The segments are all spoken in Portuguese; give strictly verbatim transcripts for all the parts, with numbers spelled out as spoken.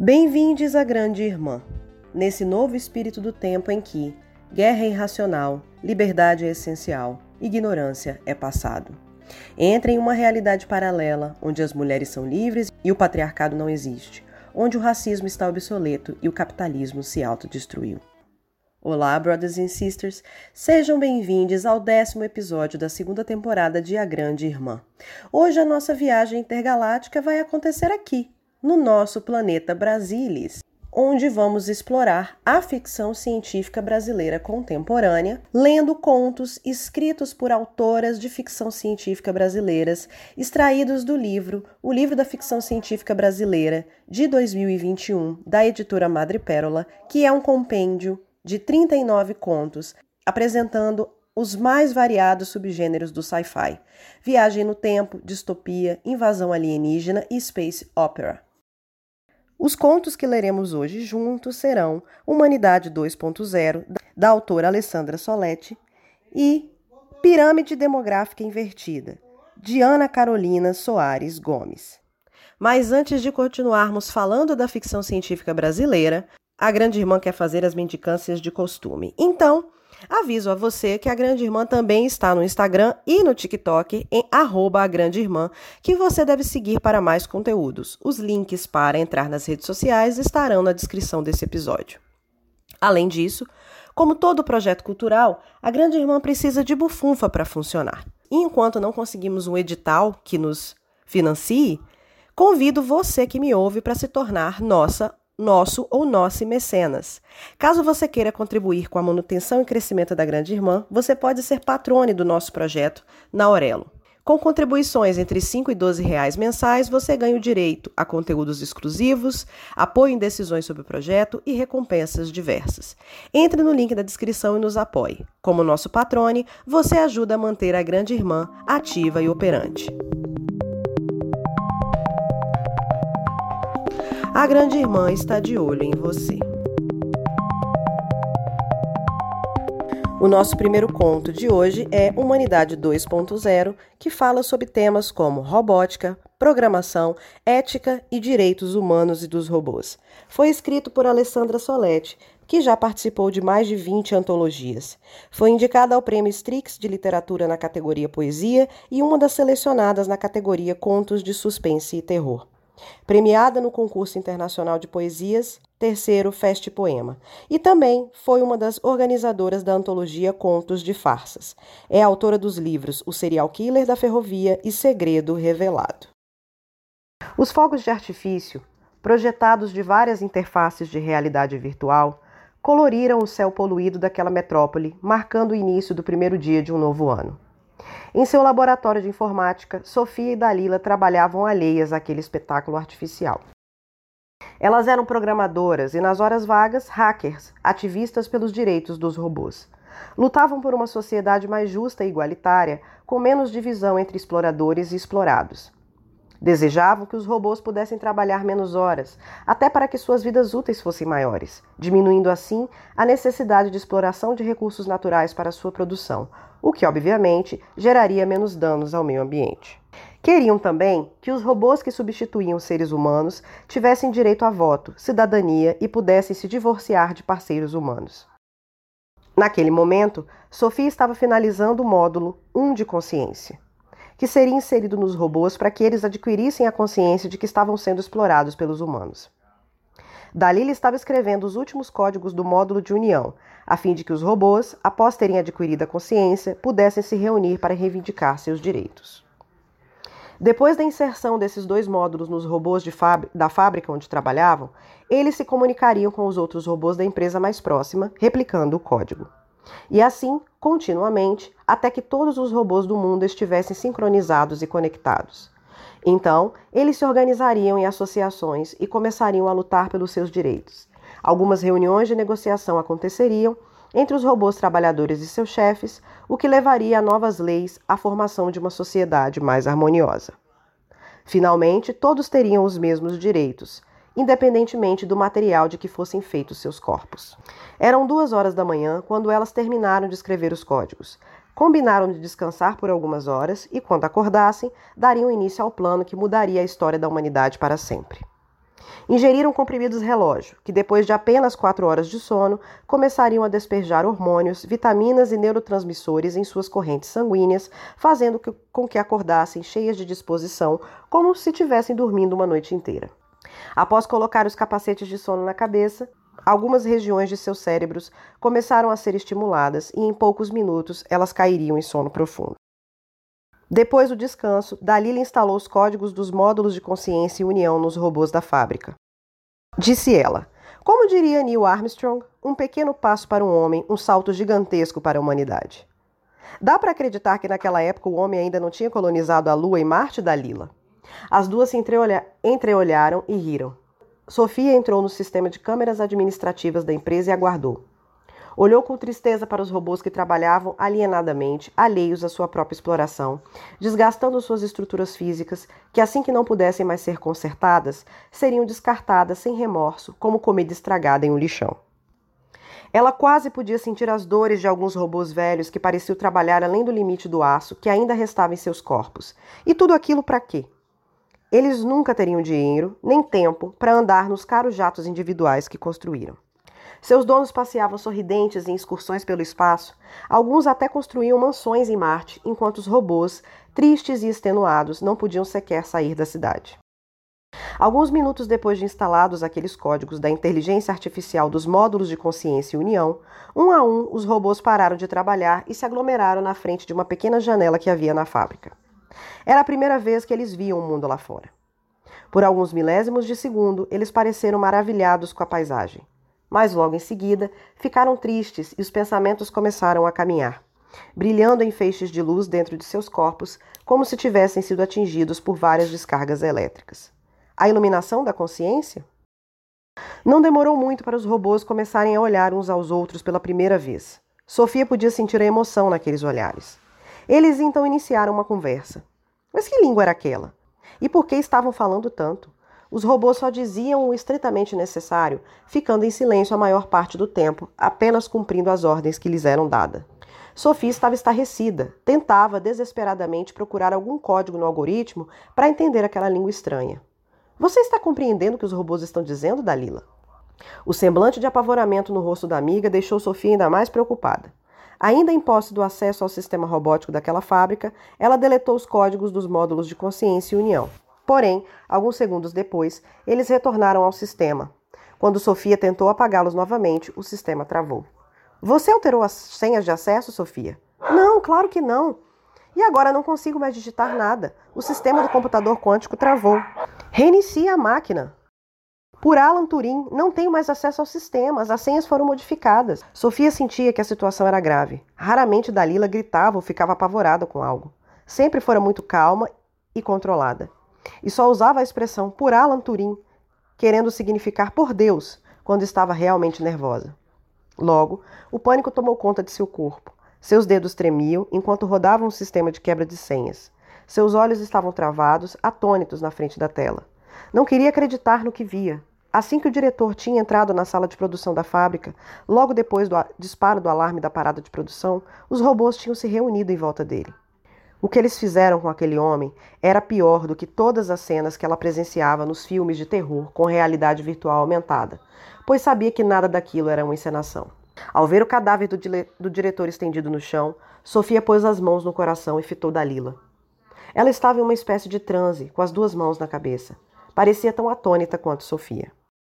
Bem-vindos à Grande Irmã, nesse novo espírito do tempo em que guerra é irracional, liberdade é essencial, ignorância é passado. Entra em uma realidade paralela, onde as mulheres são livres e o patriarcado não existe, onde o racismo está obsoleto e o capitalismo se autodestruiu. Olá, brothers and sisters, sejam bem-vindos ao décimo episódio da segunda temporada de A Grande Irmã. Hoje a nossa viagem intergaláctica vai acontecer aqui, no nosso planeta Brasilis, onde vamos explorar a ficção científica brasileira contemporânea, lendo contos escritos por autoras de ficção científica brasileiras, extraídos do livro O Livro da Ficção Científica Brasileira, de dois mil e vinte e um, da editora Madrepérola, que é um compêndio de trinta e nove contos, apresentando os mais variados subgêneros do sci-fi: viagem no tempo, distopia, invasão alienígena e space opera. Os contos que leremos hoje juntos serão Humanidade dois ponto zero, da autora Alessandra Soletti, e Pirâmide Demográfica Invertida, de Ana Carolina Soares Gomes. Mas antes de continuarmos falando da ficção científica brasileira, a Grande Irmã quer fazer as mendicâncias de costume. Então, aviso a você que a Grande Irmã também está no Instagram e no TikTok em arroba a Grande Irmã, que você deve seguir para mais conteúdos. Os links para entrar nas redes sociais estarão na descrição desse episódio. Além disso, como todo projeto cultural, a Grande Irmã precisa de bufunfa para funcionar. E enquanto não conseguimos um edital que nos financie, convido você que me ouve para se tornar nossa nosso ou nosso mecenas. Caso você queira contribuir com a manutenção e crescimento da Grande Irmã, você pode ser patrone do nosso projeto na Aurelo. Com contribuições entre cinco e doze reais mensais, você ganha o direito a conteúdos exclusivos, apoio em decisões sobre o projeto e recompensas diversas. Entre no link da descrição e nos apoie. Como nosso patrone, você ajuda a manter a Grande Irmã ativa e operante. A Grande Irmã está de olho em você. O nosso primeiro conto de hoje é Humanidade dois ponto zero, que fala sobre temas como robótica, programação, ética e direitos humanos e dos robôs. Foi escrito por Alessandra Soletti, que já participou de mais de vinte antologias. Foi indicada ao Prêmio Strix de Literatura na categoria Poesia e uma das selecionadas na categoria Contos de Suspense e Terror. Premiada no Concurso Internacional de Poesias, terceiro Fest Poema, e também foi uma das organizadoras da antologia Contos de Farsas. É autora dos livros O Serial Killer da Ferrovia e Segredo Revelado. Os fogos de artifício, projetados de várias interfaces de realidade virtual, coloriram o céu poluído daquela metrópole, marcando o início do primeiro dia de um novo ano. Em seu laboratório de informática, Sofia e Dalila trabalhavam alheias àquele espetáculo artificial. Elas eram programadoras e, nas horas vagas, hackers, ativistas pelos direitos dos robôs. Lutavam por uma sociedade mais justa e igualitária, com menos divisão entre exploradores e explorados. Desejavam que os robôs pudessem trabalhar menos horas, até para que suas vidas úteis fossem maiores, diminuindo assim a necessidade de exploração de recursos naturais para sua produção, o que, obviamente, geraria menos danos ao meio ambiente. Queriam também que os robôs que substituíam os seres humanos tivessem direito a voto, cidadania e pudessem se divorciar de parceiros humanos. Naquele momento, Sofia estava finalizando o módulo um de consciência, que seria inserido nos robôs para que eles adquirissem a consciência de que estavam sendo explorados pelos humanos. Dalila estava escrevendo os últimos códigos do módulo de união, a fim de que os robôs, após terem adquirido a consciência, pudessem se reunir para reivindicar seus direitos. Depois da inserção desses dois módulos nos robôs de fáb- da fábrica onde trabalhavam, eles se comunicariam com os outros robôs da empresa mais próxima, replicando o código. E assim, continuamente, até que todos os robôs do mundo estivessem sincronizados e conectados. Então, eles se organizariam em associações e começariam a lutar pelos seus direitos. Algumas reuniões de negociação aconteceriam entre os robôs trabalhadores e seus chefes, o que levaria a novas leis à formação de uma sociedade mais harmoniosa. Finalmente, todos teriam os mesmos direitos, independentemente do material de que fossem feitos seus corpos. Eram duas horas da manhã quando elas terminaram de escrever os códigos. Combinaram de descansar por algumas horas e, quando acordassem, dariam início ao plano que mudaria a história da humanidade para sempre. Ingeriram comprimidos relógio, que depois de apenas quatro horas de sono, começariam a despejar hormônios, vitaminas e neurotransmissores em suas correntes sanguíneas, fazendo com que acordassem cheias de disposição, como se estivessem dormindo uma noite inteira. Após colocar os capacetes de sono na cabeça, algumas regiões de seus cérebros começaram a ser estimuladas e em poucos minutos elas cairiam em sono profundo. Depois do descanso, Dalila instalou os códigos dos módulos de consciência e união nos robôs da fábrica. Disse ela, como diria Neil Armstrong, um pequeno passo para um homem, um salto gigantesco para a humanidade. Dá para acreditar que naquela época o homem ainda não tinha colonizado a Lua e Marte, Dalila? As duas se entreolha- entreolharam e riram. Sofia entrou no sistema de câmeras administrativas da empresa e aguardou. Olhou com tristeza para os robôs que trabalhavam alienadamente, alheios à sua própria exploração, desgastando suas estruturas físicas, que assim que não pudessem mais ser consertadas, seriam descartadas sem remorso, como comida estragada em um lixão. Ela quase podia sentir as dores de alguns robôs velhos que pareciam trabalhar além do limite do aço que ainda restava em seus corpos. E tudo aquilo para quê? Eles nunca teriam dinheiro, nem tempo, para andar nos caros jatos individuais que construíram. Seus donos passeavam sorridentes em excursões pelo espaço, alguns até construíam mansões em Marte, enquanto os robôs, tristes e extenuados, não podiam sequer sair da cidade. Alguns minutos depois de instalados aqueles códigos da inteligência artificial dos módulos de consciência e união, um a um os robôs pararam de trabalhar e se aglomeraram na frente de uma pequena janela que havia na fábrica. Era a primeira vez que eles viam o mundo lá fora. Por alguns milésimos de segundo, eles pareceram maravilhados com a paisagem. Mas logo em seguida, ficaram tristes e os pensamentos começaram a caminhar, brilhando em feixes de luz dentro de seus corpos, como se tivessem sido atingidos por várias descargas elétricas. A iluminação da consciência? Não demorou muito para os robôs começarem a olhar uns aos outros pela primeira vez. Sofia podia sentir a emoção naqueles olhares. Eles então iniciaram uma conversa. Mas que língua era aquela? E por que estavam falando tanto? Os robôs só diziam o estritamente necessário, ficando em silêncio a maior parte do tempo, apenas cumprindo as ordens que lhes eram dadas. Sofia estava estarrecida, tentava desesperadamente procurar algum código no algoritmo para entender aquela língua estranha. Você está compreendendo o que os robôs estão dizendo, Dalila? O semblante de apavoramento no rosto da amiga deixou Sofia ainda mais preocupada. Ainda em posse do acesso ao sistema robótico daquela fábrica, ela deletou os códigos dos módulos de consciência e união. Porém, alguns segundos depois, eles retornaram ao sistema. Quando Sofia tentou apagá-los novamente, o sistema travou. Você alterou as senhas de acesso, Sofia? Não, claro que não. E agora não consigo mais digitar nada. O sistema do computador quântico travou. Reinicie a máquina. Por Alan Turing, não tenho mais acesso aos sistemas. As senhas foram modificadas. Sofia sentia que a situação era grave. Raramente Dalila gritava ou ficava apavorada com algo. Sempre fora muito calma e controlada. E só usava a expressão por Alan Turing, querendo significar por Deus, quando estava realmente nervosa. Logo, o pânico tomou conta de seu corpo. Seus dedos tremiam enquanto rodavam um sistema de quebra de senhas. Seus olhos estavam travados, atônitos na frente da tela. Não queria acreditar no que via. Assim que o diretor tinha entrado na sala de produção da fábrica, logo depois do disparo do alarme da parada de produção, os robôs tinham se reunido em volta dele. O que eles fizeram com aquele homem era pior do que todas as cenas que ela presenciava nos filmes de terror com realidade virtual aumentada, pois sabia que nada daquilo era uma encenação. Ao ver o cadáver do, dire- do diretor estendido no chão, Sofia pôs as mãos no coração e fitou Dalila. Ela estava em uma espécie de transe, com as duas mãos na cabeça. Parecia tão atônita quanto Sofia.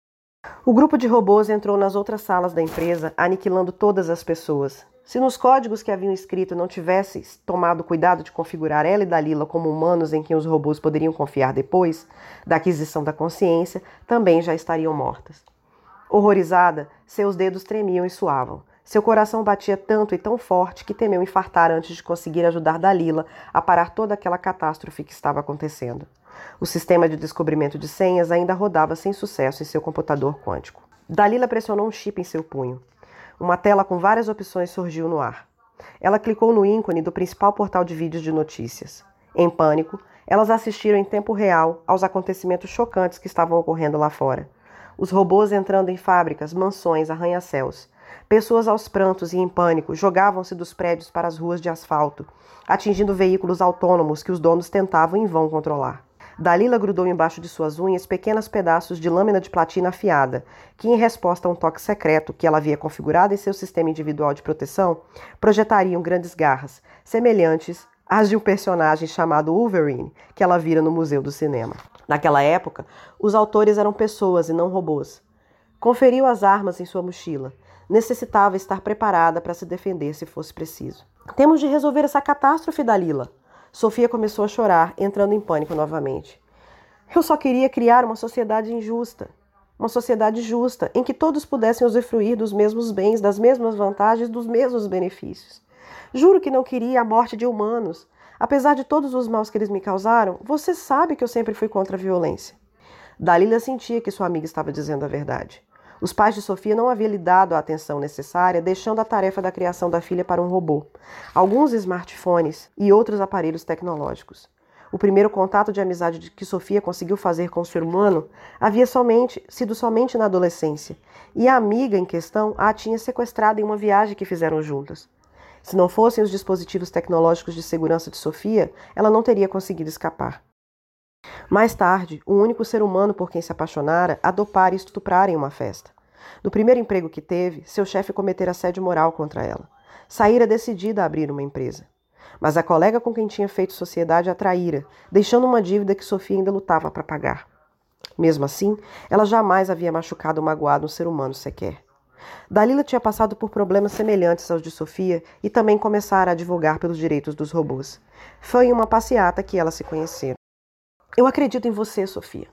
O grupo de robôs entrou nas outras salas da empresa, aniquilando todas as pessoas. Se nos códigos que haviam escrito não tivessem tomado cuidado de configurar ela e Dalila como humanos em quem os robôs poderiam confiar depois da aquisição da consciência, também já estariam mortas. Horrorizada, seus dedos tremiam e suavam. Seu coração batia tanto e tão forte que temeu infartar antes de conseguir ajudar Dalila a parar toda aquela catástrofe que estava acontecendo. O sistema de descobrimento de senhas ainda rodava sem sucesso em seu computador quântico. Dalila pressionou um chip em seu punho. Uma tela com várias opções surgiu no ar. Ela clicou no ícone do principal portal de vídeos de notícias. Em pânico, elas assistiram em tempo real aos acontecimentos chocantes que estavam ocorrendo lá fora. Os robôs entrando em fábricas, mansões, arranha-céus. Pessoas aos prantos e em pânico jogavam-se dos prédios para as ruas de asfalto, atingindo veículos autônomos que os donos tentavam em vão controlar. Dalila grudou embaixo de suas unhas pequenos pedaços de lâmina de platina afiada, que, em resposta a um toque secreto que ela havia configurado em seu sistema individual de proteção, projetariam grandes garras, semelhantes às de um personagem chamado Wolverine, que ela vira no Museu do Cinema. Naquela época, os autores eram pessoas e não robôs. Conferiu as armas em sua mochila. Necessitava estar preparada para se defender se fosse preciso. Temos de resolver essa catástrofe, Dalila. Sofia começou a chorar, entrando em pânico novamente. Eu só queria criar uma sociedade injusta. Uma sociedade justa, em que todos pudessem usufruir dos mesmos bens, das mesmas vantagens, dos mesmos benefícios. Juro que não queria a morte de humanos. Apesar de todos os maus que eles me causaram, você sabe que eu sempre fui contra a violência. Dalila sentia que sua amiga estava dizendo a verdade. Os pais de Sofia não haviam lhe dado a atenção necessária, deixando a tarefa da criação da filha para um robô, alguns smartphones e outros aparelhos tecnológicos. O primeiro contato de amizade que Sofia conseguiu fazer com o ser humano havia somente, sido somente na adolescência, e a amiga em questão a tinha sequestrado em uma viagem que fizeram juntas. Se não fossem os dispositivos tecnológicos de segurança de Sofia, ela não teria conseguido escapar. Mais tarde, o único ser humano por quem se apaixonara a dopar e estuprar em uma festa. No primeiro emprego que teve, seu chefe cometera assédio moral contra ela. Saíra decidida a abrir uma empresa. Mas a colega com quem tinha feito sociedade a traíra, deixando uma dívida que Sofia ainda lutava para pagar. Mesmo assim, ela jamais havia machucado ou magoado um ser humano sequer. Dalila tinha passado por problemas semelhantes aos de Sofia e também começara a advogar pelos direitos dos robôs. Foi em uma passeata que elas se conheceram. Eu acredito em você, Sofia.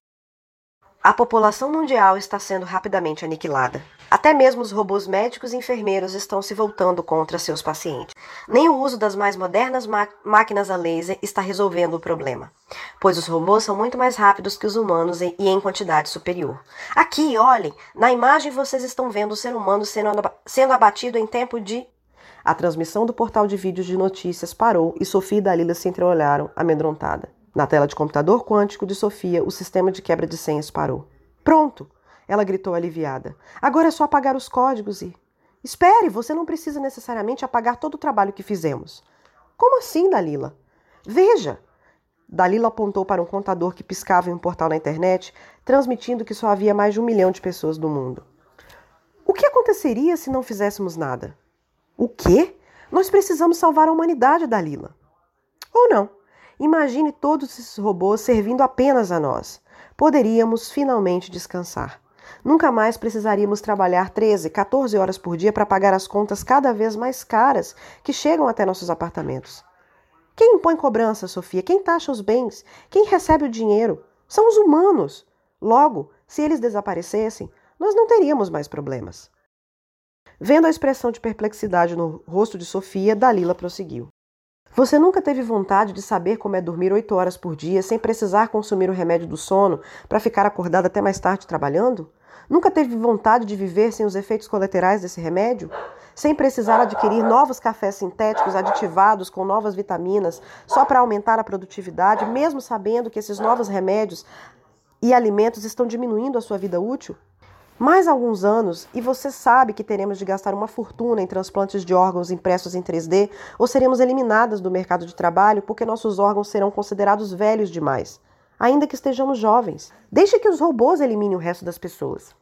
A população mundial está sendo rapidamente aniquilada. Até mesmo os robôs médicos e enfermeiros estão se voltando contra seus pacientes. Nem o uso das mais modernas máquinas a laser está resolvendo o problema, pois os robôs são muito mais rápidos que os humanos e em quantidade superior. Aqui, olhem, na imagem vocês estão vendo o ser humano sendo, sendo abatido em tempo de... A transmissão do portal de vídeos de notícias parou e Sofia e Dalila se entreolharam, amedrontada. Na tela de computador quântico de Sofia, o sistema de quebra de senhas parou. Pronto! Ela gritou aliviada. Agora é só apagar os códigos e... Espere, você não precisa necessariamente apagar todo o trabalho que fizemos. Como assim, Dalila? Veja! Dalila apontou para um contador que piscava em um portal na internet, transmitindo que só havia mais de um milhão de pessoas no mundo. O que aconteceria se não fizéssemos nada? O quê? Nós precisamos salvar a humanidade, Dalila. Ou não. Imagine todos esses robôs servindo apenas a nós. Poderíamos finalmente descansar. Nunca mais precisaríamos trabalhar treze, quatorze horas por dia para pagar as contas cada vez mais caras que chegam até nossos apartamentos. Quem impõe cobrança, Sofia? Quem taxa os bens? Quem recebe o dinheiro? São os humanos. Logo, se eles desaparecessem, nós não teríamos mais problemas. Vendo a expressão de perplexidade no rosto de Sofia, Dalila prosseguiu. Você nunca teve vontade de saber como é dormir oito horas por dia sem precisar consumir o remédio do sono para ficar acordada até mais tarde trabalhando? Nunca teve vontade de viver sem os efeitos colaterais desse remédio? Sem precisar adquirir novos cafés sintéticos aditivados com novas vitaminas só para aumentar a produtividade, mesmo sabendo que esses novos remédios e alimentos estão diminuindo a sua vida útil? Mais alguns anos e você sabe que teremos de gastar uma fortuna em transplantes de órgãos impressos em três D ou seremos eliminadas do mercado de trabalho porque nossos órgãos serão considerados velhos demais, ainda que estejamos jovens. Deixe que os robôs eliminem o resto das pessoas.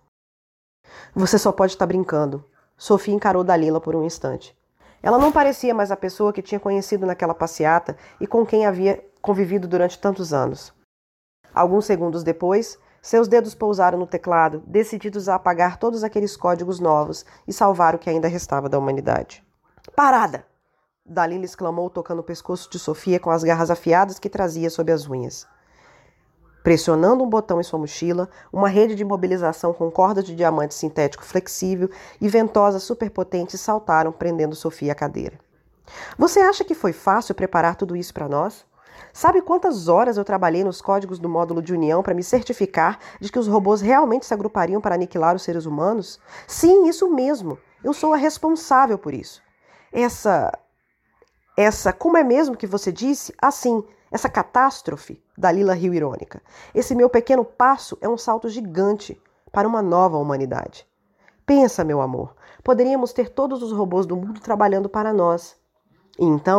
Você só pode estar brincando. Sofia encarou Dalila por um instante. Ela não parecia mais a pessoa que tinha conhecido naquela passeata e com quem havia convivido durante tantos anos. Alguns segundos depois, seus dedos pousaram no teclado, decididos a apagar todos aqueles códigos novos e salvar o que ainda restava da humanidade. Parada! Dalila exclamou, tocando o pescoço de Sofia com as garras afiadas que trazia sob as unhas. Pressionando um botão em sua mochila, uma rede de imobilização com cordas de diamante sintético flexível e ventosas superpotentes saltaram, prendendo Sofia à cadeira. Você acha que foi fácil preparar tudo isso para nós? Sabe quantas horas eu trabalhei nos códigos do módulo de união para me certificar de que os robôs realmente se agrupariam para aniquilar os seres humanos? Sim, isso mesmo. Eu sou a responsável por isso. Essa... Essa... Como é mesmo que você disse? Assim, essa catástrofe, Dalila riu irônica. Esse meu pequeno passo é um salto gigante para uma nova humanidade. Pensa, meu amor, poderíamos ter todos os robôs do mundo trabalhando para nós. E então...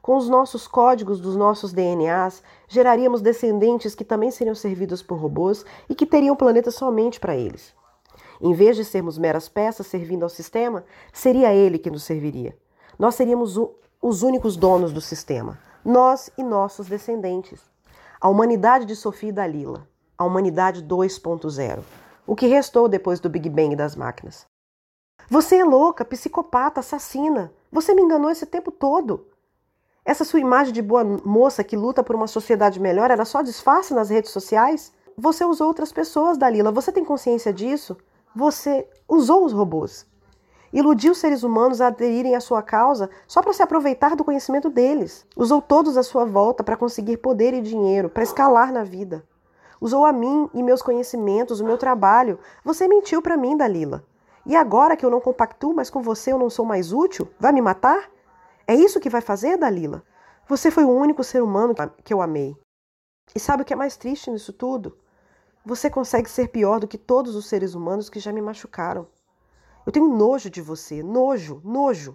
Com os nossos códigos dos nossos D N As, geraríamos descendentes que também seriam servidos por robôs e que teriam o planeta somente para eles. Em vez de sermos meras peças servindo ao sistema, seria ele que nos serviria. Nós seríamos os únicos donos do sistema, nós e nossos descendentes. A humanidade de Sophie e Dalila, a humanidade dois ponto zero, o que restou depois do Big Bang das máquinas. Você é louca, psicopata, assassina. Você me enganou esse tempo todo. Essa sua imagem de boa moça que luta por uma sociedade melhor era só disfarce nas redes sociais? Você usou outras pessoas, Dalila. Você tem consciência disso? Você usou os robôs. Iludiu os seres humanos a aderirem à sua causa só para se aproveitar do conhecimento deles. Usou todos à sua volta para conseguir poder e dinheiro, para escalar na vida. Usou a mim e meus conhecimentos, o meu trabalho. Você mentiu para mim, Dalila. E agora que eu não compactuo mais com você, eu não sou mais útil? Vai me matar? É isso que vai fazer, Dalila? Você foi o único ser humano que eu amei. E sabe o que é mais triste nisso tudo? Você consegue ser pior do que todos os seres humanos que já me machucaram. Eu tenho nojo de você, nojo, nojo.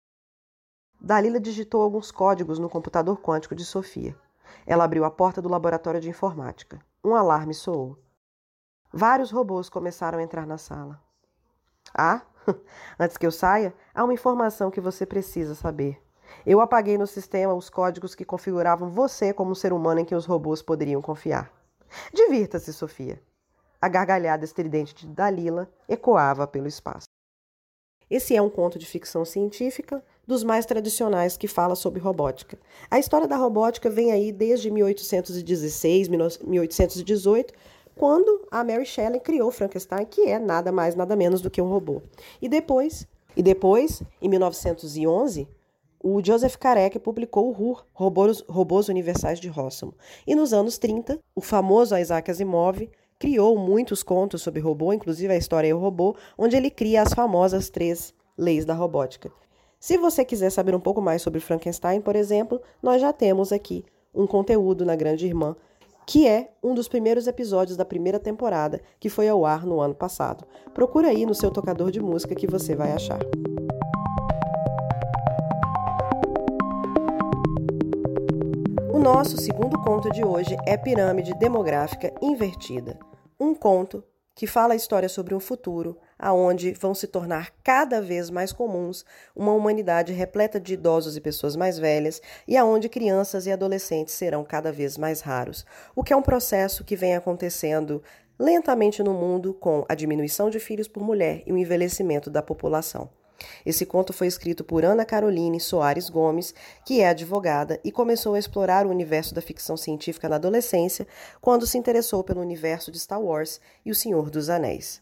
Dalila digitou alguns códigos no computador quântico de Sofia. Ela abriu a porta do laboratório de informática. Um alarme soou. Vários robôs começaram a entrar na sala. Ah, antes que eu saia, há uma informação que você precisa saber. Eu apaguei no sistema os códigos que configuravam você como um ser humano em que os robôs poderiam confiar. Divirta-se, Sofia. A gargalhada estridente de Dalila ecoava pelo espaço. Esse é um conto de ficção científica dos mais tradicionais que fala sobre robótica. A história da robótica vem aí desde mil oitocentos e dezesseis, mil oitocentos e dezoito, quando a Mary Shelley criou Frankenstein, que é nada mais, nada menos do que um robô. E depois, e depois em mil novecentos e onze, o Joseph Carec publicou o R U R, Robôs, Robôs Universais de Rossum. E nos anos trinta, o famoso Isaac Asimov criou muitos contos sobre robô, inclusive a História e o Robô, onde ele cria as famosas três leis da robótica. Se você quiser saber um pouco mais sobre Frankenstein, por exemplo, nós já temos aqui um conteúdo na Grande Irmã, que é um dos primeiros episódios da primeira temporada, que foi ao ar no ano passado. Procura aí no seu tocador de música que você vai achar. O nosso segundo conto de hoje é Pirâmide Demográfica Invertida. Um conto que fala a história sobre um futuro aonde vão se tornar cada vez mais comuns uma humanidade repleta de idosos e pessoas mais velhas e aonde crianças e adolescentes serão cada vez mais raros, o que é um processo que vem acontecendo lentamente no mundo com a diminuição de filhos por mulher e o envelhecimento da população. Esse conto foi escrito por Ana Caroline Soares Gomes, que é advogada e começou a explorar o universo da ficção científica na adolescência, quando se interessou pelo universo de Star Wars e O Senhor dos Anéis.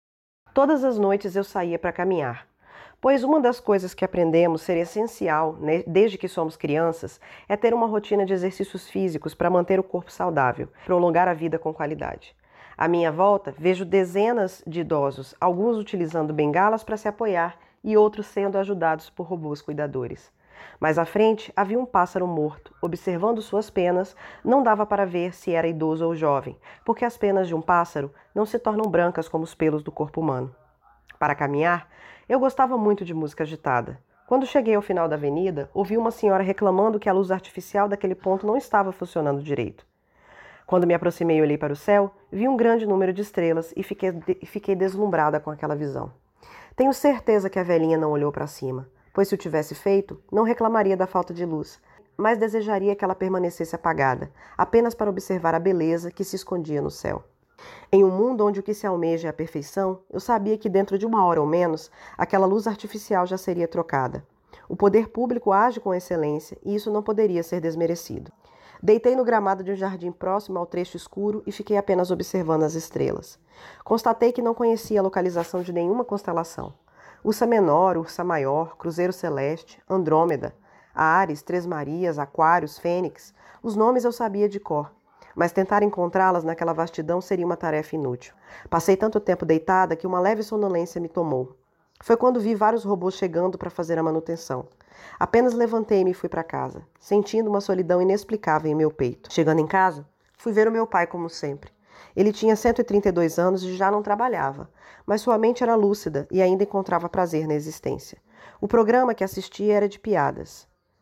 Todas as noites eu saía para caminhar, pois uma das coisas que aprendemos ser essencial, né, desde que somos crianças, é ter uma rotina de exercícios físicos para manter o corpo saudável, prolongar a vida com qualidade. À minha volta, vejo dezenas de idosos, alguns utilizando bengalas para se apoiar e outros sendo ajudados por robôs cuidadores. Mais à frente, havia um pássaro morto. Observando suas penas, não dava para ver se era idoso ou jovem, porque as penas de um pássaro não se tornam brancas como os pelos do corpo humano. Para caminhar, eu gostava muito de música agitada. Quando cheguei ao final da avenida, ouvi uma senhora reclamando que a luz artificial daquele ponto não estava funcionando direito. Quando me aproximei e olhei para o céu, vi um grande número de estrelas e fiquei, de- fiquei deslumbrada com aquela visão. Tenho certeza que a velhinha não olhou para cima, pois se o tivesse feito, não reclamaria da falta de luz, mas desejaria que ela permanecesse apagada, apenas para observar a beleza que se escondia no céu. Em um mundo onde o que se almeja é a perfeição, eu sabia que dentro de uma hora ou menos, aquela luz artificial já seria trocada. O poder público age com excelência e isso não poderia ser desmerecido. Deitei no gramado de um jardim próximo ao trecho escuro e fiquei apenas observando as estrelas. Constatei que não conhecia a localização de nenhuma constelação. Ursa Menor, Ursa Maior, Cruzeiro Celeste, Andrômeda, Áries, Três Marias, Aquários, Fênix. Os nomes eu sabia de cor, mas tentar encontrá-las naquela vastidão seria uma tarefa inútil. Passei tanto tempo deitada que uma leve sonolência me tomou. Foi quando vi vários robôs chegando para fazer a manutenção. Apenas levantei-me e fui para casa, sentindo uma solidão inexplicável em meu peito. Chegando em casa, fui ver o meu pai como sempre. Ele tinha cento e trinta e dois anos e já não trabalhava, mas sua mente era lúcida e ainda encontrava prazer na existência. O programa que assistia era de piadas.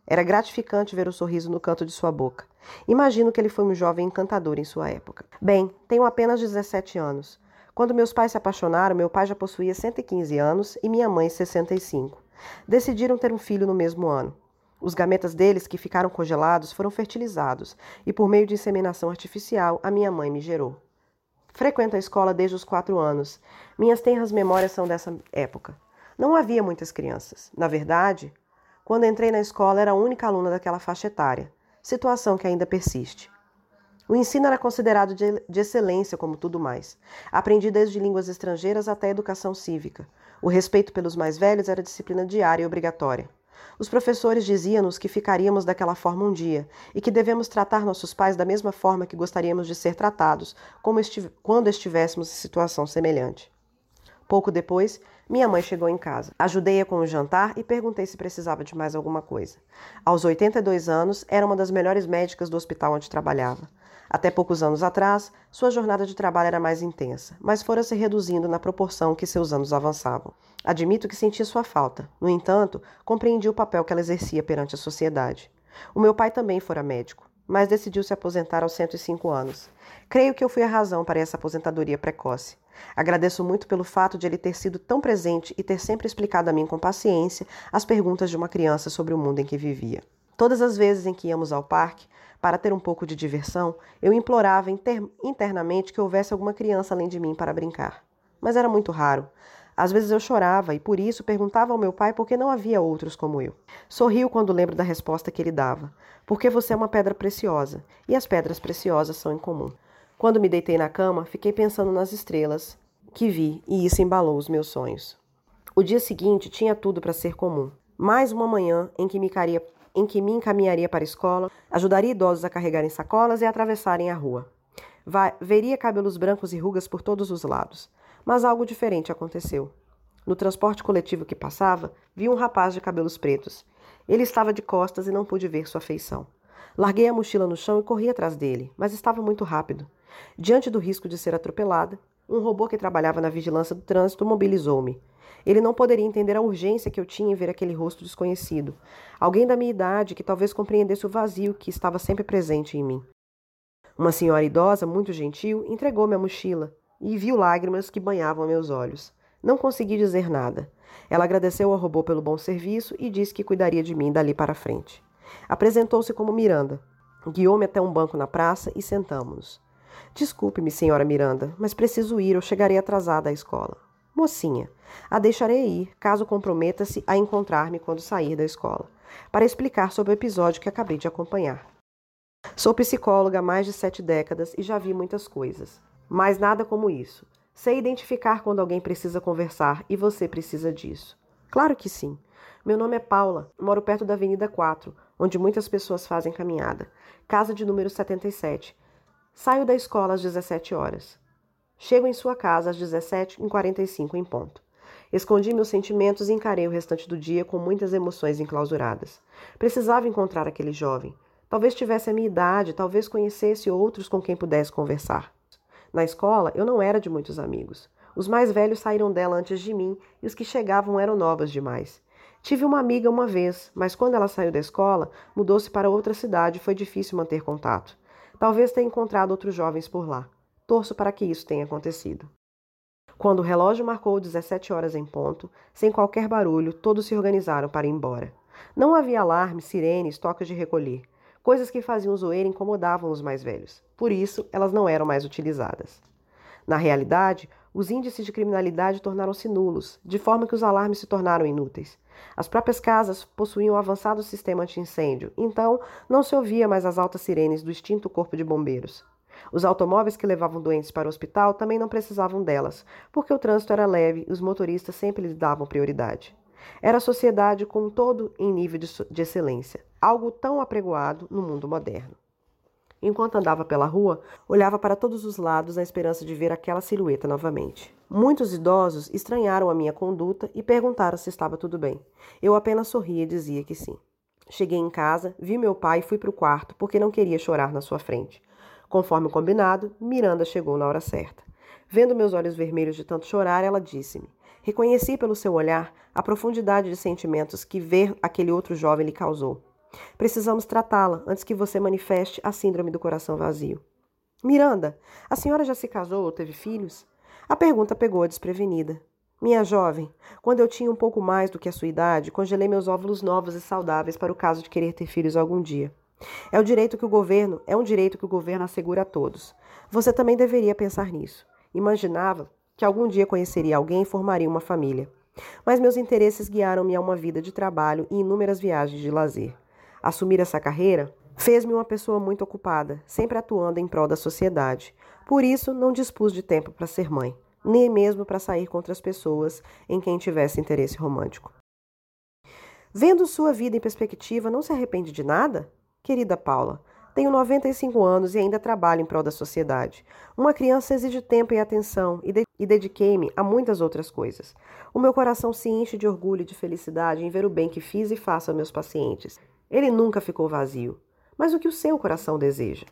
Era gratificante ver o sorriso no canto de sua boca. Imagino que ele foi um jovem encantador em sua época. Bem, tenho apenas dezessete anos. Quando meus pais se apaixonaram, meu pai já possuía cento e quinze anos e minha mãe sessenta e cinco. Decidiram ter um filho no mesmo ano. Os gametas deles, que ficaram congelados, foram fertilizados e, por meio de inseminação artificial, a minha mãe me gerou. Frequento a escola desde os quatro anos. Minhas tenras memórias são dessa época. Não havia muitas crianças. Na verdade, quando entrei na escola era a única aluna daquela faixa etária, situação que ainda persiste. O ensino era considerado de, de excelência como tudo mais. Aprendi desde línguas estrangeiras até educação cívica. O respeito pelos mais velhos era disciplina diária e obrigatória. Os professores diziam-nos que ficaríamos daquela forma um dia e que devemos tratar nossos pais da mesma forma que gostaríamos de ser tratados como estiv- quando estivéssemos em situação semelhante. Pouco depois, minha mãe chegou em casa. Ajudei-a com o jantar e perguntei se precisava de mais alguma coisa. Aos oitenta e dois anos, era uma das melhores médicas do hospital onde trabalhava. Até poucos anos atrás, sua jornada de trabalho era mais intensa, mas fora se reduzindo na proporção que seus anos avançavam. Admito que sentia sua falta. No entanto, compreendi o papel que ela exercia perante a sociedade. O meu pai também fora médico, mas decidiu se aposentar aos cento e cinco anos. Creio que eu fui a razão para essa aposentadoria precoce. Agradeço muito pelo fato de ele ter sido tão presente e ter sempre explicado a mim com paciência as perguntas de uma criança sobre o mundo em que vivia. Todas as vezes em que íamos ao parque, para ter um pouco de diversão, eu implorava inter- internamente que houvesse alguma criança além de mim para brincar. Mas era muito raro. Às vezes eu chorava e, por isso, perguntava ao meu pai por que não havia outros como eu. Sorrio quando lembro da resposta que ele dava. Porque você é uma pedra preciosa, e as pedras preciosas são incomum. Quando me deitei na cama, fiquei pensando nas estrelas que vi, e isso embalou os meus sonhos. O dia seguinte tinha tudo para ser comum. Mais uma manhã em que me caria em que me encaminharia para a escola, ajudaria idosos a carregarem sacolas e a atravessarem a rua. Va- veria cabelos brancos e rugas por todos os lados. Mas algo diferente aconteceu. No transporte coletivo que passava, vi um rapaz de cabelos pretos. Ele estava de costas e não pude ver sua feição. Larguei a mochila no chão e corri atrás dele, mas estava muito rápido. Diante do risco de ser atropelada, um robô que trabalhava na vigilância do trânsito mobilizou-me. Ele não poderia entender a urgência que eu tinha em ver aquele rosto desconhecido. Alguém da minha idade que talvez compreendesse o vazio que estava sempre presente em mim. Uma senhora idosa, muito gentil, entregou-me a mochila e viu lágrimas que banhavam meus olhos. Não consegui dizer nada. Ela agradeceu ao robô pelo bom serviço e disse que cuidaria de mim dali para frente. Apresentou-se como Miranda. Guiou-me até um banco na praça e sentamo-nos. Desculpe-me, senhora Miranda, mas preciso ir ou chegarei atrasada à escola. Mocinha, a deixarei ir, caso comprometa-se a encontrar-me quando sair da escola, para explicar sobre o episódio que acabei de acompanhar. Sou psicóloga há mais de sete décadas e já vi muitas coisas, mas nada como isso. Sei identificar quando alguém precisa conversar e você precisa disso. Claro que sim. Meu nome é Paula, moro perto da Avenida quatro, onde muitas pessoas fazem caminhada. Casa de número setenta e sete. Saio da escola às dezessete horas. Chego em sua casa às dezessete e quarenta e cinco em ponto. Escondi meus sentimentos e encarei o restante do dia com muitas emoções enclausuradas. Precisava encontrar aquele jovem. Talvez tivesse a minha idade, talvez conhecesse outros com quem pudesse conversar. Na escola, eu não era de muitos amigos. Os mais velhos saíram dela antes de mim e os que chegavam eram novas demais. Tive uma amiga uma vez, mas quando ela saiu da escola, mudou-se para outra cidade e foi difícil manter contato. Talvez tenha encontrado outros jovens por lá. Torço para que isso tenha acontecido. Quando o relógio marcou dezessete horas em ponto, sem qualquer barulho, todos se organizaram para ir embora. Não havia alarme, sirenes, toques de recolher. Coisas que faziam zoeira incomodavam os mais velhos. Por isso, elas não eram mais utilizadas. Na realidade, os índices de criminalidade tornaram-se nulos, de forma que os alarmes se tornaram inúteis. As próprias casas possuíam um avançado sistema anti-incêndio, então não se ouvia mais as altas sirenes do extinto corpo de bombeiros. Os automóveis que levavam doentes para o hospital também não precisavam delas, porque o trânsito era leve e os motoristas sempre lhes davam prioridade. Era a sociedade como um todo em nível de, de excelência, algo tão apregoado no mundo moderno. Enquanto andava pela rua, olhava para todos os lados na esperança de ver aquela silhueta novamente. Muitos idosos estranharam a minha conduta e perguntaram se estava tudo bem. Eu apenas sorria e dizia que sim. Cheguei em casa, vi meu pai e fui para o quarto porque não queria chorar na sua frente. Conforme combinado, Miranda chegou na hora certa. Vendo meus olhos vermelhos de tanto chorar, ela disse-me: reconheci pelo seu olhar a profundidade de sentimentos que ver aquele outro jovem lhe causou. Precisamos tratá-la antes que você manifeste a síndrome do coração vazio. Miranda, a senhora já se casou ou teve filhos? A pergunta pegou-a desprevenida. Minha jovem, quando eu tinha um pouco mais do que a sua idade, congelei meus óvulos novos e saudáveis para o caso de querer ter filhos algum dia. É o direito que o governo, é um direito que o governo assegura a todos. Você também deveria pensar nisso. Imaginava que algum dia conheceria alguém e formaria uma família. Mas meus interesses guiaram-me a uma vida de trabalho e inúmeras viagens de lazer. Assumir essa carreira fez-me uma pessoa muito ocupada, sempre atuando em prol da sociedade. Por isso, não dispus de tempo para ser mãe, nem mesmo para sair com outras pessoas em quem tivesse interesse romântico. Vendo sua vida em perspectiva, não se arrepende de nada? Querida Paula, tenho noventa e cinco anos e ainda trabalho em prol da sociedade. Uma criança exige tempo e atenção e, de- e dediquei-me a muitas outras coisas. O meu coração se enche de orgulho e de felicidade em ver o bem que fiz e faço a meus pacientes. Ele nunca ficou vazio. Mas o que o seu coração deseja?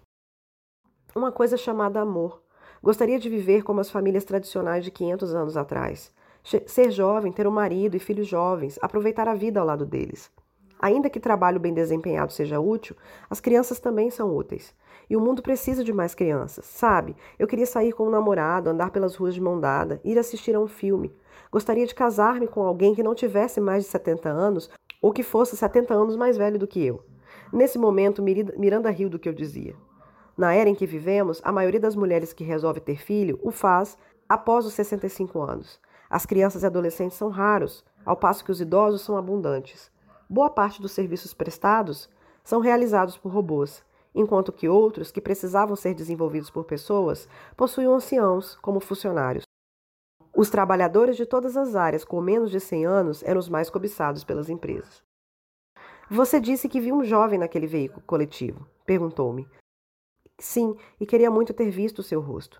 Uma coisa chamada amor. Gostaria de viver como as famílias tradicionais de quinhentos anos atrás. Ser jovem, ter um marido e filhos jovens, aproveitar a vida ao lado deles. Ainda que trabalho bem desempenhado seja útil, as crianças também são úteis. E o mundo precisa de mais crianças, sabe? Eu queria sair com um namorado, andar pelas ruas de mão dada, ir assistir a um filme. Gostaria de casar-me com alguém que não tivesse mais de setenta anos ou que fosse setenta anos mais velho do que eu. Nesse momento, Miranda riu do que eu dizia. Na era em que vivemos, a maioria das mulheres que resolve ter filho o faz após os sessenta e cinco anos. As crianças e adolescentes são raros, ao passo que os idosos são abundantes. Boa parte dos serviços prestados são realizados por robôs, enquanto que outros, que precisavam ser desenvolvidos por pessoas, possuíam anciãos como funcionários. Os trabalhadores de todas as áreas com menos de cem anos eram os mais cobiçados pelas empresas. Você disse que viu um jovem naquele veículo coletivo, perguntou-me. Sim, e queria muito ter visto o seu rosto.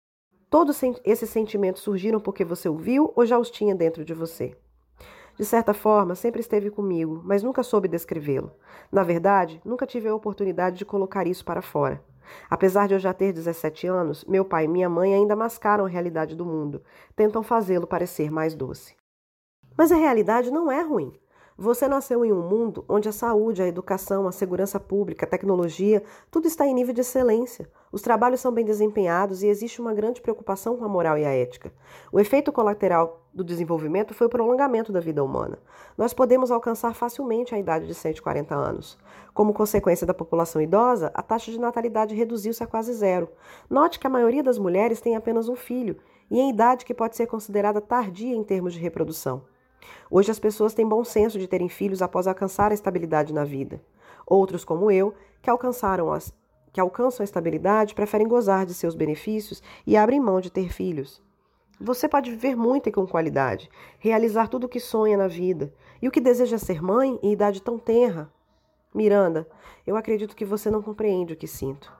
Todos esses sentimentos surgiram porque você o viu ou já os tinha dentro de você? De certa forma, sempre esteve comigo, mas nunca soube descrevê-lo. Na verdade, nunca tive a oportunidade de colocar isso para fora. Apesar de eu já ter dezessete anos, meu pai e minha mãe ainda mascaram a realidade do mundo, tentam fazê-lo parecer mais doce. Mas a realidade não é ruim. Você nasceu em um mundo onde a saúde, a educação, a segurança pública, a tecnologia, tudo está em nível de excelência. Os trabalhos são bem desempenhados e existe uma grande preocupação com a moral e a ética. O efeito colateral do desenvolvimento foi o prolongamento da vida humana. Nós podemos alcançar facilmente a idade de cento e quarenta anos. Como consequência da população idosa, a taxa de natalidade reduziu-se a quase zero. Note que a maioria das mulheres tem apenas um filho, e em idade que pode ser considerada tardia em termos de reprodução. Hoje as pessoas têm bom senso de terem filhos após alcançar a estabilidade na vida. Outros, como eu, que, alcançaram as, que alcançam a estabilidade, preferem gozar de seus benefícios e abrem mão de ter filhos. Você pode viver muito e com qualidade, realizar tudo o que sonha na vida. E o que deseja ser mãe em idade tão tenra? Miranda, eu acredito que você não compreende o que sinto.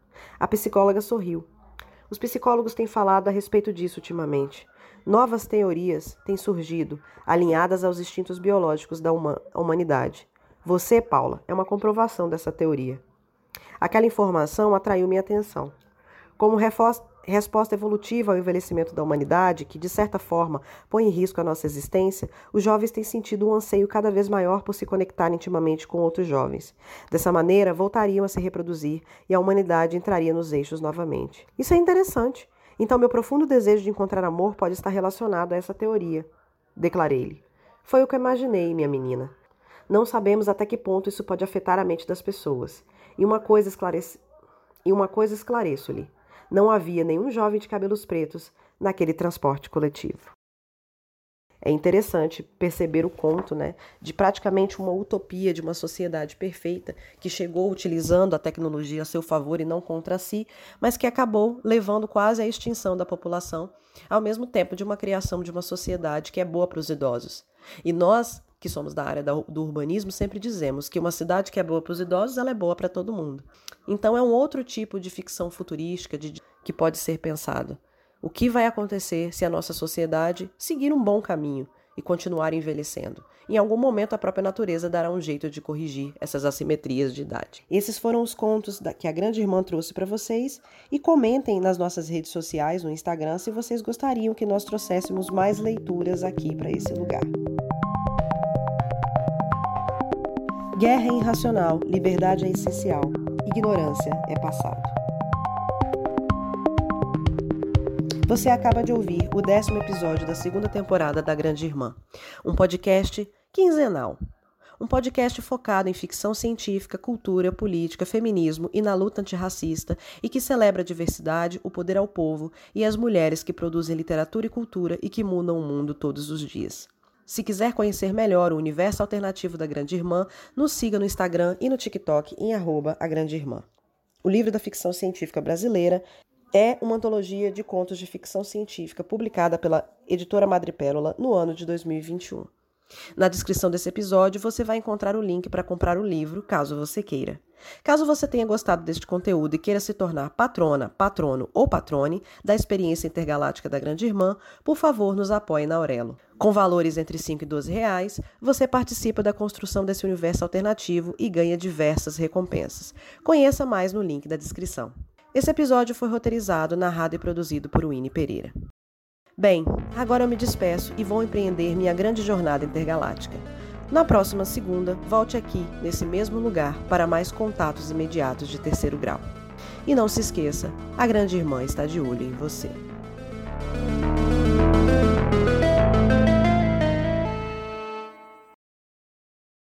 A psicóloga sorriu. Os psicólogos têm falado a respeito disso ultimamente. Novas teorias têm surgido, alinhadas aos instintos biológicos da humanidade. Você, Paula, é uma comprovação dessa teoria. Aquela informação atraiu minha atenção. Como resposta evolutiva ao envelhecimento da humanidade, que de certa forma põe em risco a nossa existência, os jovens têm sentido um anseio cada vez maior por se conectar intimamente com outros jovens. Dessa maneira, voltariam a se reproduzir e a humanidade entraria nos eixos novamente. Isso é interessante. Então, meu profundo desejo de encontrar amor pode estar relacionado a essa teoria, declarei-lhe. Foi o que eu imaginei, minha menina. Não sabemos até que ponto isso pode afetar a mente das pessoas. E uma coisa, esclarece... e uma coisa esclareço-lhe. Não havia nenhum jovem de cabelos pretos naquele transporte coletivo. É interessante perceber o conto, né, de praticamente uma utopia de uma sociedade perfeita que chegou utilizando a tecnologia a seu favor e não contra si, mas que acabou levando quase à extinção da população, ao mesmo tempo de uma criação de uma sociedade que é boa para os idosos. E nós, que somos da área do urbanismo, sempre dizemos que uma cidade que é boa para os idosos, ela é boa para todo mundo. Então é um outro tipo de ficção futurística de, que pode ser pensado. O que vai acontecer se a nossa sociedade seguir um bom caminho e continuar envelhecendo? Em algum momento a própria natureza dará um jeito de corrigir essas assimetrias de idade. Esses foram os contos que a Grande Irmã trouxe para vocês e comentem nas nossas redes sociais, no Instagram, se vocês gostariam que nós trouxéssemos mais leituras aqui para esse lugar. Guerra é irracional, liberdade é essencial, ignorância é passado. Você acaba de ouvir o décimo episódio da segunda temporada da Grande Irmã, um podcast quinzenal. Um podcast focado em ficção científica, cultura, política, feminismo e na luta antirracista e que celebra a diversidade, o poder ao povo e as mulheres que produzem literatura e cultura e que mudam o mundo todos os dias. Se quiser conhecer melhor o universo alternativo da Grande Irmã, nos siga no Instagram e no TikTok em arroba a Grande Irmã. O livro da ficção científica brasileira é uma antologia de contos de ficção científica publicada pela editora Madrepérola no ano de dois mil e vinte e um. Na descrição desse episódio você vai encontrar o link para comprar o livro, caso você queira. Caso você tenha gostado deste conteúdo e queira se tornar patrona, patrono ou patrone da experiência intergaláctica da Grande Irmã, por favor nos apoie na Aurelo. Com valores entre cinco e doze reais, você participa da construção desse universo alternativo e ganha diversas recompensas. Conheça mais no link da descrição. Esse episódio foi roteirizado, narrado e produzido por Winnie Pereira. Bem, agora eu me despeço e vou empreender minha grande jornada intergaláctica. Na próxima segunda, volte aqui, nesse mesmo lugar, para mais contatos imediatos de terceiro grau. E não se esqueça, a Grande Irmã está de olho em você.